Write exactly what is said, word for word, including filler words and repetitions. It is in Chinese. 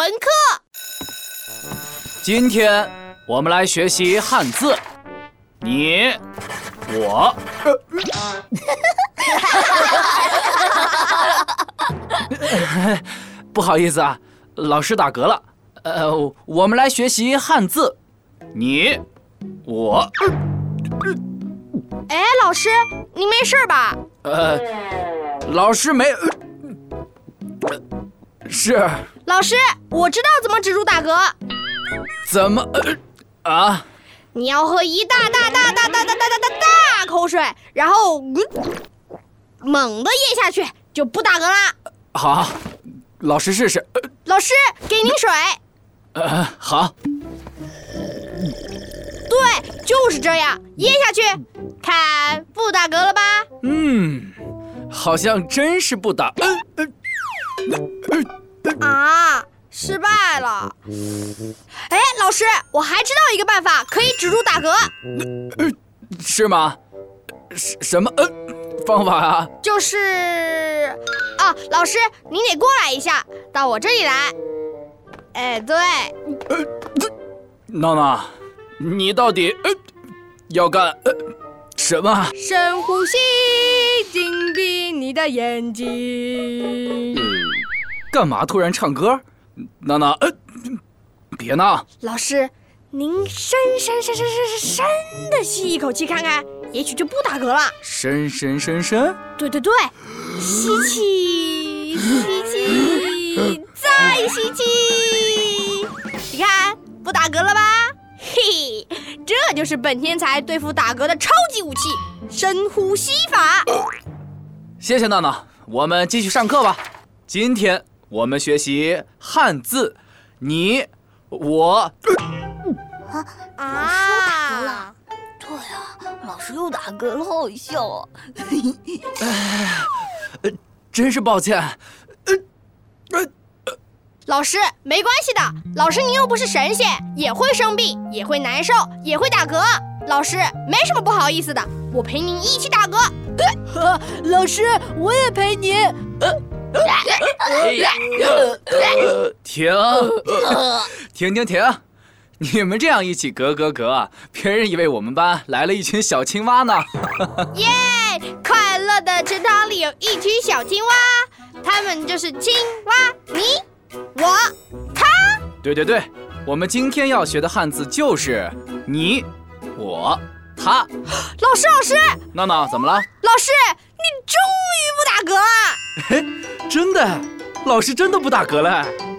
文课。 今天我们来学习汉字，你、我。不好意思啊，老师打嗝了。呃，我们来学习汉字，你、我。 哎，老师，您没事吧？ 呃，老师没。呃、是。 老师，我知道怎么止住打嗝。 怎么？呃、啊？ 你要喝一大大大大大大大大大大口水，然后、呃、猛地咽下去，就不打嗝啦。 好，老师试试。呃、 老师，给您水。 呃，好。 对，就是这样，咽下去，看不打嗝了吧？ 嗯，好像真是不打。呃呃呃、啊，失败了。哎，老师，我还知道一个办法可以止住打嗝。 呃、是吗？什什么呃方法啊？ 就是啊，老师，您得过来一下，到我这里来。哎，对。 呃，闹闹，你到底呃要干呃什么？ 深呼吸，紧闭你的眼睛。 呃、干嘛突然唱歌？闹闹，呃，别闹。 老师，您深深深深深深的吸一口气看看，也许就不打嗝了。 深深深深。对对对，吸气，吸气，再吸气。你看，不打嗝了吧？嘿，这就是本天才对付打嗝的超级武器——深呼吸法。 谢谢闹闹，我们继续上课吧。今天我们学习汉字，你、我。 啊！老师又打嗝了。对啊，老师又打嗝了，好笑啊！ 呃，真是抱歉。呃呃老师，没关系的。老师，您又不是神仙，也会生病，也会难受，也会打嗝。老师，没什么不好意思的，我陪您一起打嗝。 呃、老师，我也陪您。呃停，停停停！你们这样一起咯咯咯，别人以为我们班来了一群小青蛙呢。 耶！快乐的池塘里有一群小青蛙，它们就是青蛙，你。我他。 对对对，我们今天要学的汉字就是你、我、他。 老师，老师， 闹闹怎么了？ 老师，你终于不打嗝了。 真的，老师真的不打嗝了。